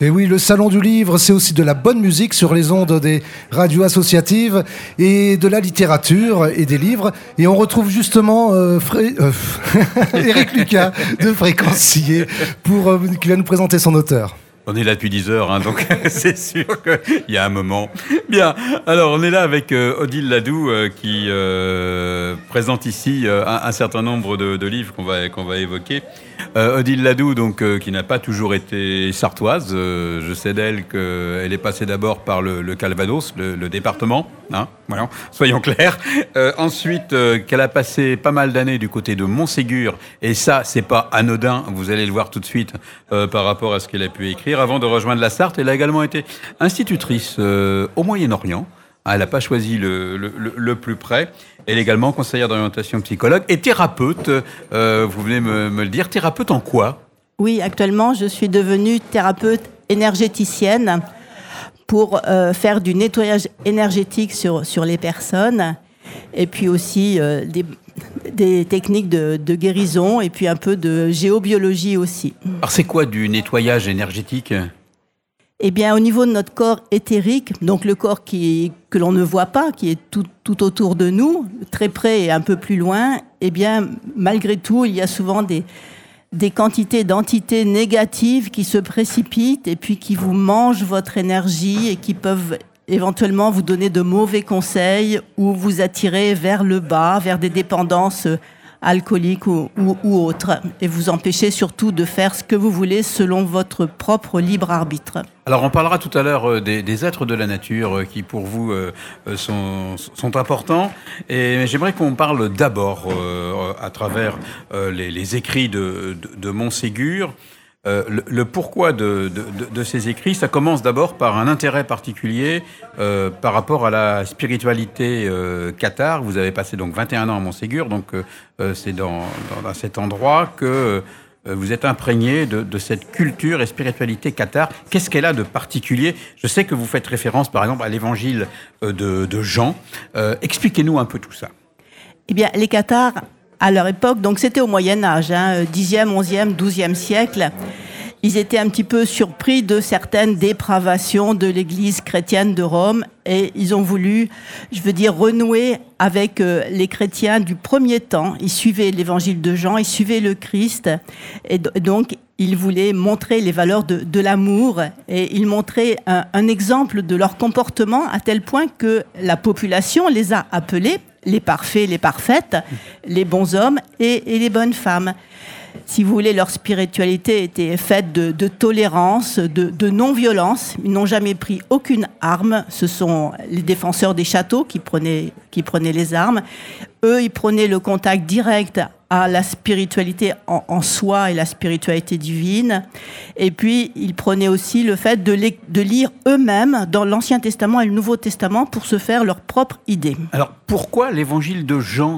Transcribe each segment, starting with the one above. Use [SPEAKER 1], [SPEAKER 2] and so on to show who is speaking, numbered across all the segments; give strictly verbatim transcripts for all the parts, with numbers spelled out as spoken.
[SPEAKER 1] Et oui, le Salon du Livre, c'est aussi de la bonne musique sur les ondes des radios associatives et de la littérature et des livres. Et on retrouve justement euh, Fré... euh, Éric Lucas de Fréquencier pour, euh, qui va nous présenter son auteur.
[SPEAKER 2] On est là depuis dix heures, hein, donc c'est sûr qu'il y a un moment. Bien, alors on est là avec euh, Odile Ladoux euh, qui euh, présente ici euh, un, un certain nombre de, de livres qu'on va, qu'on va évoquer. Euh, Odile Ladoux, donc, euh, qui n'a pas toujours été sartoise. Euh, je sais d'elle qu'elle est passée d'abord par le, le Calvados, le, le département, hein, voilà, soyons clairs. Euh, ensuite, euh, qu'elle a passé pas mal d'années du côté de Montségur, et ça, c'est pas anodin, vous allez le voir tout de suite euh, par rapport à ce qu'elle a pu écrire. Avant de rejoindre la Sarthe, elle a également été institutrice euh, au Moyen-Orient. Elle n'a pas choisi le, le, le plus près. Elle est également conseillère d'orientation psychologue et thérapeute. Euh, vous venez me, me le dire. Thérapeute en quoi ?
[SPEAKER 3] Oui, actuellement, je suis devenue thérapeute énergéticienne pour euh, faire du nettoyage énergétique sur, sur les personnes et puis aussi euh, des, des techniques de, de guérison et puis un peu de géobiologie aussi.
[SPEAKER 2] Alors, c'est quoi du nettoyage énergétique ?
[SPEAKER 3] Eh bien, au niveau de notre corps éthérique, donc le corps qui, que l'on ne voit pas, qui est tout, tout autour de nous, très près et un peu plus loin, eh bien, malgré tout, il y a souvent des, des quantités d'entités négatives qui se précipitent et puis qui vous mangent votre énergie et qui peuvent éventuellement vous donner de mauvais conseils ou vous attirer vers le bas, vers des dépendances alcooliques ou, ou, ou autres, et vous empêcher surtout de faire ce que vous voulez selon votre propre libre arbitre.
[SPEAKER 2] Alors on parlera tout à l'heure euh, des, des êtres de la nature euh, qui pour vous euh, sont, sont importants, et j'aimerais qu'on parle d'abord euh, à travers euh, les, les écrits de, de, de Montségur. Euh, le, le pourquoi de, de, de, de ces écrits, ça commence d'abord par un intérêt particulier euh, par rapport à la spiritualité euh, cathare. Vous avez passé donc vingt et un ans à Montségur, donc euh, c'est dans, dans, dans cet endroit que euh, vous êtes imprégné de, de cette culture et spiritualité cathare. Qu'est-ce qu'elle a de particulier ? Je sais que vous faites référence par exemple à l'évangile de, de Jean. Euh, expliquez-nous un peu tout ça.
[SPEAKER 3] Eh bien, les cathares, à leur époque, donc c'était au Moyen-Âge, hein, dixième, onzième, douzième siècle, ils étaient un petit peu surpris de certaines dépravations de l'Église chrétienne de Rome et ils ont voulu, je veux dire, renouer avec euh, les chrétiens du premier temps. Ils suivaient l'évangile de Jean, ils suivaient le Christ et d- donc ils voulaient montrer les valeurs de, de l'amour et ils montraient un, un exemple de leur comportement à tel point que la population les a appelés les parfaits, les parfaites, les bons hommes et, et les bonnes femmes. Si vous voulez, leur spiritualité était faite de, de tolérance, de, de non-violence. Ils n'ont jamais pris aucune arme. Ce sont les défenseurs des châteaux qui prenaient, qui prenaient les armes. Eux, ils prenaient le contact direct à la spiritualité en, en soi et la spiritualité divine. Et puis, ils prenaient aussi le fait de, les, de lire eux-mêmes dans l'Ancien Testament et le Nouveau Testament pour se faire leur propre idée.
[SPEAKER 2] Alors, pourquoi l'évangile de Jean ?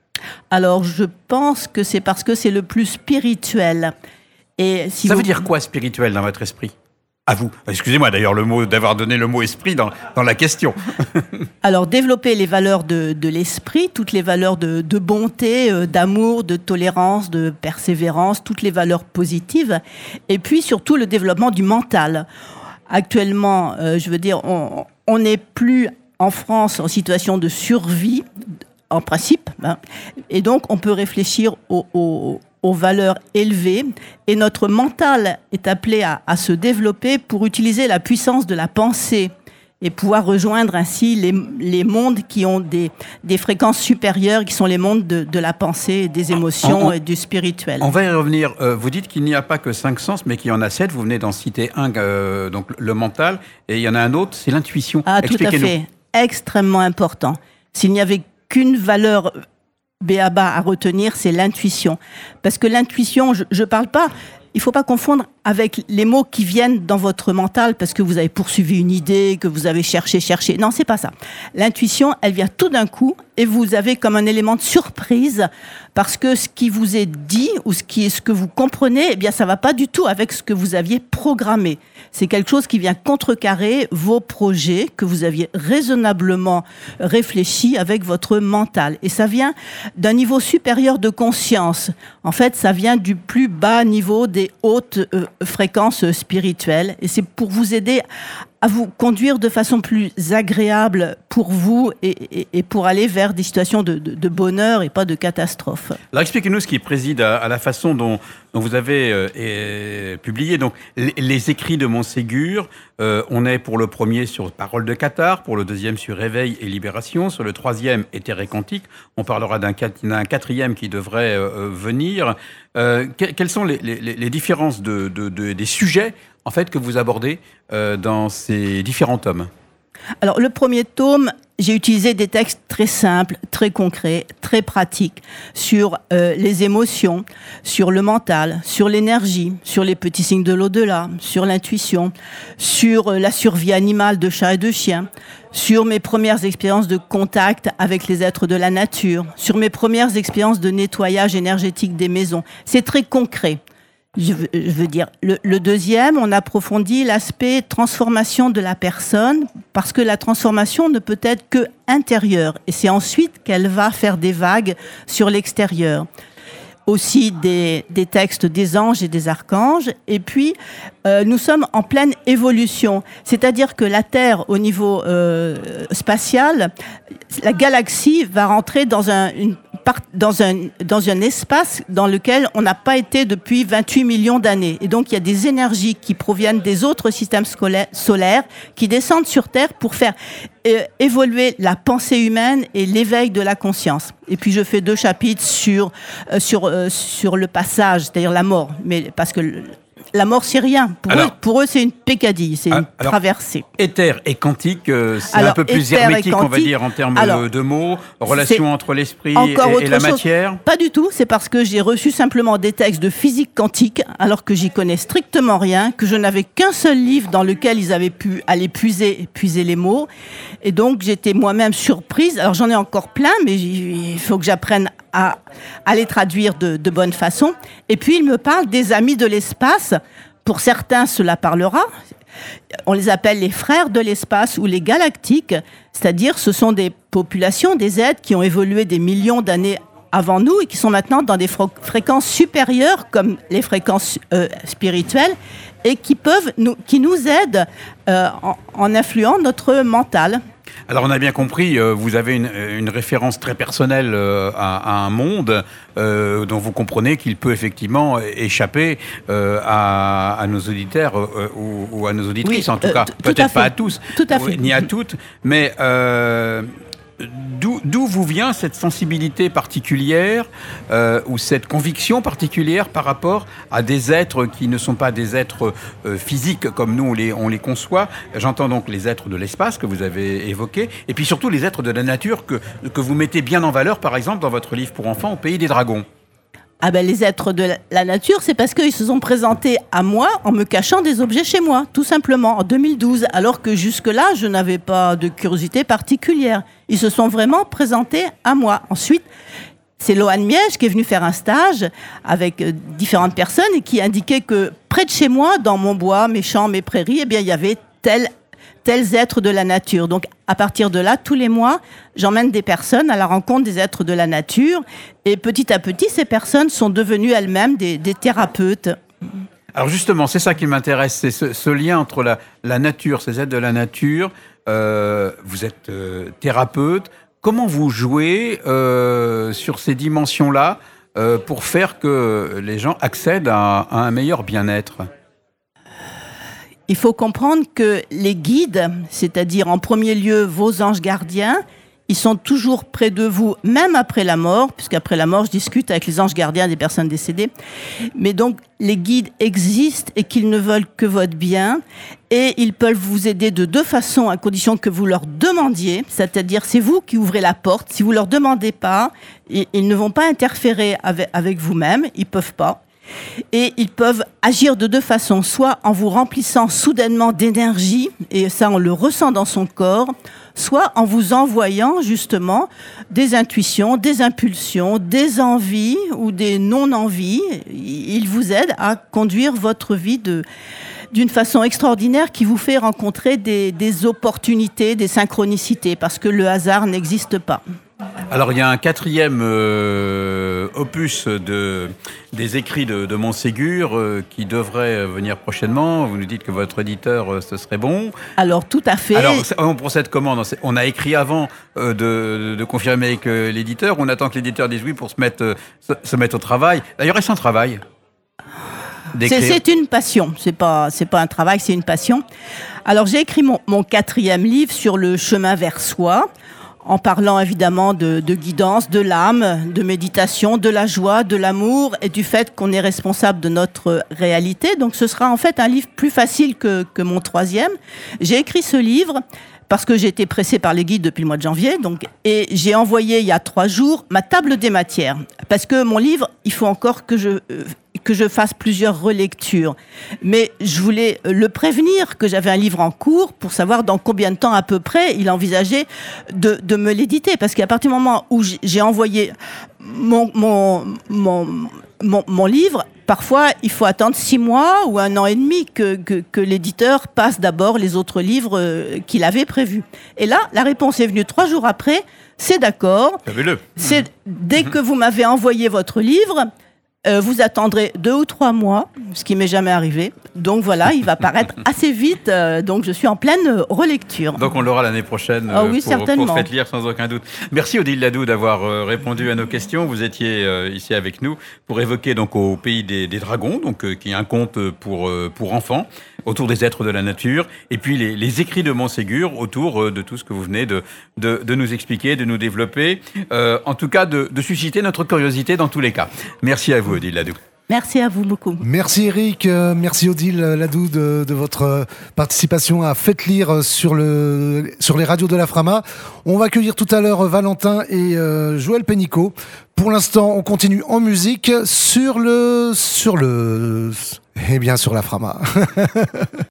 [SPEAKER 3] Alors, je pense que c'est parce que c'est le plus spirituel. Et si
[SPEAKER 2] Ça
[SPEAKER 3] vous...
[SPEAKER 2] veut dire quoi, spirituel, dans votre esprit ? À vous. Excusez-moi d'ailleurs le mot, d'avoir donné le mot esprit dans, dans la question.
[SPEAKER 3] Alors, développer les valeurs de, de l'esprit, toutes les valeurs de, de bonté, euh, d'amour, de tolérance, de persévérance, toutes les valeurs positives. Et puis, surtout, le développement du mental. Actuellement, euh, je veux dire, on n'est plus en France en situation de survie, en principe. Hein, et donc, on peut réfléchir au... au aux valeurs élevées, et notre mental est appelé à, à se développer pour utiliser la puissance de la pensée et pouvoir rejoindre ainsi les, les mondes qui ont des, des fréquences supérieures, qui sont les mondes de, de la pensée, des émotions on, et du spirituel.
[SPEAKER 2] On va y revenir. Euh, vous dites qu'il n'y a pas que cinq sens, mais qu'il y en a sept. Vous venez d'en citer un, euh, donc le mental, et il y en a un autre, c'est l'intuition.
[SPEAKER 3] Ah, tout à fait. Extrêmement important. S'il n'y avait qu'une valeur béaba à retenir, c'est l'intuition. Parce que l'intuition, je ne parle pas, il ne faut pas confondre avec les mots qui viennent dans votre mental parce que vous avez poursuivi une idée, que vous avez cherché, cherché. Non, c'est pas ça. L'intuition, elle vient tout d'un coup et vous avez comme un élément de surprise parce que ce qui vous est dit ou ce, qui est, ce que vous comprenez, eh bien, ça va pas du tout avec ce que vous aviez programmé. C'est quelque chose qui vient contrecarrer vos projets que vous aviez raisonnablement réfléchis avec votre mental. Et ça vient d'un niveau supérieur de conscience. En fait, ça vient du plus bas niveau des hautes euh, fréquences spirituelles. Et c'est pour vous aider à vous conduire de façon plus agréable pour vous et, et, et pour aller vers des situations de, de, de bonheur et pas de catastrophe.
[SPEAKER 2] Alors expliquez-nous ce qui préside à, à la façon dont, dont vous avez euh, et, publié donc, les, les écrits de Montségur. Euh, on est pour le premier sur Paroles de Cathare, pour le deuxième sur Réveil et Libération, sur le troisième Éther et Cantique. On parlera d'un, d'un quatrième qui devrait euh, venir. Euh, que, quelles sont les, les, les différences de, de, de, des sujets en fait, que vous abordez euh, dans ces différents tomes?
[SPEAKER 3] Alors, le premier tome, j'ai utilisé des textes très simples, très concrets, très pratiques sur euh, les émotions, sur le mental, sur l'énergie, sur les petits signes de l'au-delà, sur l'intuition, sur euh, la survie animale de chats et de chiens, sur mes premières expériences de contact avec les êtres de la nature, sur mes premières expériences de nettoyage énergétique des maisons. C'est très concret. Je veux, je veux dire, le, le deuxième, on approfondit l'aspect transformation de la personne, parce que la transformation ne peut être que intérieure, et c'est ensuite qu'elle va faire des vagues sur l'extérieur. Aussi des, des textes des anges et des archanges, et puis euh, nous sommes en pleine évolution, c'est-à-dire que la Terre, au niveau euh, spatial, la galaxie va rentrer dans un, une dans un, dans un espace dans lequel on n'a pas été depuis vingt-huit millions d'années. Et donc, il y a des énergies qui proviennent des autres systèmes scolaires, solaires qui descendent sur Terre pour faire euh, évoluer la pensée humaine et l'éveil de la conscience. Et puis, je fais deux chapitres sur, euh, sur, euh, sur le passage, c'est-à-dire la mort. Mais parce que le, la mort, c'est rien. Pour, alors, eux, pour eux, c'est une pécadille, c'est une alors, traversée.
[SPEAKER 2] Éther et Cantique, euh, c'est alors, un peu plus hermétique, on va dire, en termes alors, de mots, relation entre l'esprit et, et la matière.
[SPEAKER 3] Chose. Pas du tout, c'est parce que j'ai reçu simplement des textes de physique quantique, alors que j'y connais strictement rien, que je n'avais qu'un seul livre dans lequel ils avaient pu aller puiser, puiser les mots. Et donc, j'étais moi-même surprise. Alors, j'en ai encore plein, mais il faut que j'apprenne à, à les traduire de, de bonne façon. Et puis, il me parle des amis de l'espace. Pour certains, cela parlera. On les appelle les frères de l'espace ou les galactiques, c'est-à-dire ce sont des populations, des êtres qui ont évolué des millions d'années avant nous et qui sont maintenant dans des fr- fréquences supérieures comme les fréquences euh, spirituelles et qui peuvent nous, qui nous aident euh, en, en influant notre mental.
[SPEAKER 2] Alors on a bien compris, euh, vous avez une, une référence très personnelle euh, à, à un monde euh, dont vous comprenez qu'il peut effectivement échapper euh, à, à nos auditeurs euh, ou, ou à nos auditrices, oui, en tout euh, cas, t- peut-être tout pas à tous,
[SPEAKER 3] tout à fait.
[SPEAKER 2] ni à toutes, mais euh, d'où, d'où vous vient cette sensibilité particulière euh, ou cette conviction particulière par rapport à des êtres qui ne sont pas des êtres euh, physiques comme nous on les, on les conçoit. J'entends donc les êtres de l'espace que vous avez évoqués et puis surtout les êtres de la nature que, que vous mettez bien en valeur, par exemple dans votre livre pour enfants Au Pays des Dragons.
[SPEAKER 3] Ah ben, les êtres de la nature, c'est parce qu'ils se sont présentés à moi en me cachant des objets chez moi, tout simplement, en deux mille douze, alors que jusque-là, je n'avais pas de curiosité particulière. Ils se sont vraiment présentés à moi. Ensuite, c'est Lohan Miège qui est venu faire un stage avec différentes personnes et qui indiquait que près de chez moi, dans mon bois, mes champs, mes prairies, eh bien, il y avait tel tels êtres de la nature. Donc, à partir de là, tous les mois, j'emmène des personnes à la rencontre des êtres de la nature. Et petit à petit, ces personnes sont devenues elles-mêmes des, des thérapeutes.
[SPEAKER 2] Alors justement, c'est ça qui m'intéresse, c'est ce, ce lien entre la, la nature, ces êtres de la nature. Euh, vous êtes euh, thérapeute. Comment vous jouez euh, sur ces dimensions-là euh, pour faire que les gens accèdent à, à un meilleur bien-être ?
[SPEAKER 3] Il faut comprendre que les guides, c'est-à-dire en premier lieu vos anges gardiens, ils sont toujours près de vous, même après la mort, puisqu'après la mort, je discute avec les anges gardiens des personnes décédées. Mais donc, les guides existent et qu'ils ne veulent que votre bien. Et ils peuvent vous aider de deux façons, à condition que vous leur demandiez. C'est-à-dire, c'est vous qui ouvrez la porte. Si vous ne leur demandez pas, ils ne vont pas interférer avec, avec vous-même. Ils ne peuvent pas. Et ils peuvent agir de deux façons, soit en vous remplissant soudainement d'énergie, et ça on le ressent dans son corps, soit en vous envoyant justement des intuitions, des impulsions, des envies ou des non-envies. Ils vous aident à conduire votre vie de, d'une façon extraordinaire qui vous fait rencontrer des, des opportunités, des synchronicités, parce que le hasard n'existe pas.
[SPEAKER 2] Alors, il y a un quatrième euh, opus de, des écrits de, de Montségur euh, qui devrait venir prochainement. Vous nous dites que votre éditeur, euh, ce serait bon.
[SPEAKER 3] Alors, tout à fait.
[SPEAKER 2] Alors, on procède comment? On a écrit avant euh, de, de confirmer avec euh, l'éditeur. On attend que l'éditeur dise oui pour se mettre, euh, se, se mettre au travail. D'ailleurs, est-ce un travail?
[SPEAKER 3] C'est, c'est une passion, c'est pas, c'est pas un travail, c'est une passion. Alors j'ai écrit mon, mon quatrième livre sur le chemin vers soi, en parlant évidemment de, de guidance, de l'âme, de méditation, de la joie, de l'amour et du fait qu'on est responsable de notre réalité. Donc ce sera en fait un livre plus facile que, que mon troisième. J'ai écrit ce livre parce que j'ai été pressée par les guides depuis le mois de janvier, donc, et j'ai envoyé il y a trois jours ma table des matières. Parce que mon livre, il faut encore que je, euh, que je fasse plusieurs relectures. Mais je voulais le prévenir que j'avais un livre en cours pour savoir dans combien de temps à peu près il envisageait de, de me l'éditer. Parce qu'à partir du moment où j'ai envoyé mon, mon, mon, mon, mon livre, parfois, il faut attendre six mois ou un an et demi que, que, que l'éditeur passe d'abord les autres livres euh, qu'il avait prévus. Et là, la réponse est venue trois jours après. C'est d'accord.
[SPEAKER 2] Savez-le.
[SPEAKER 3] C'est dès que vous m'avez envoyé votre livre, euh, vous attendrez deux ou trois mois, ce qui m'est jamais arrivé. Donc voilà, il va paraître assez vite. Euh, donc je suis en pleine relecture.
[SPEAKER 2] Donc on l'aura l'année prochaine euh,
[SPEAKER 3] oh oui,
[SPEAKER 2] pour,
[SPEAKER 3] certainement.
[SPEAKER 2] pour Faites lire sans aucun doute. Merci Odile Ladou d'avoir euh, répondu à nos questions. Vous étiez euh, ici avec nous pour évoquer donc au pays des, des dragons, donc euh, qui est un conte pour euh, pour enfants autour des êtres de la nature, et puis les, les écrits de Montségur autour euh, de tout ce que vous venez de de, de nous expliquer, de nous développer, euh, en tout cas de, de susciter notre curiosité dans tous les cas. Merci à vous Odile Ladou.
[SPEAKER 3] Merci à vous beaucoup.
[SPEAKER 1] Merci Eric, euh, merci Odile Ladou de, de votre participation à Faites lire sur, le, sur les radios de la Frama. On va accueillir tout à l'heure Valentin et euh, Joël Pénicaud. Pour l'instant, on continue en musique sur le... sur le... eh bien, sur la Frama.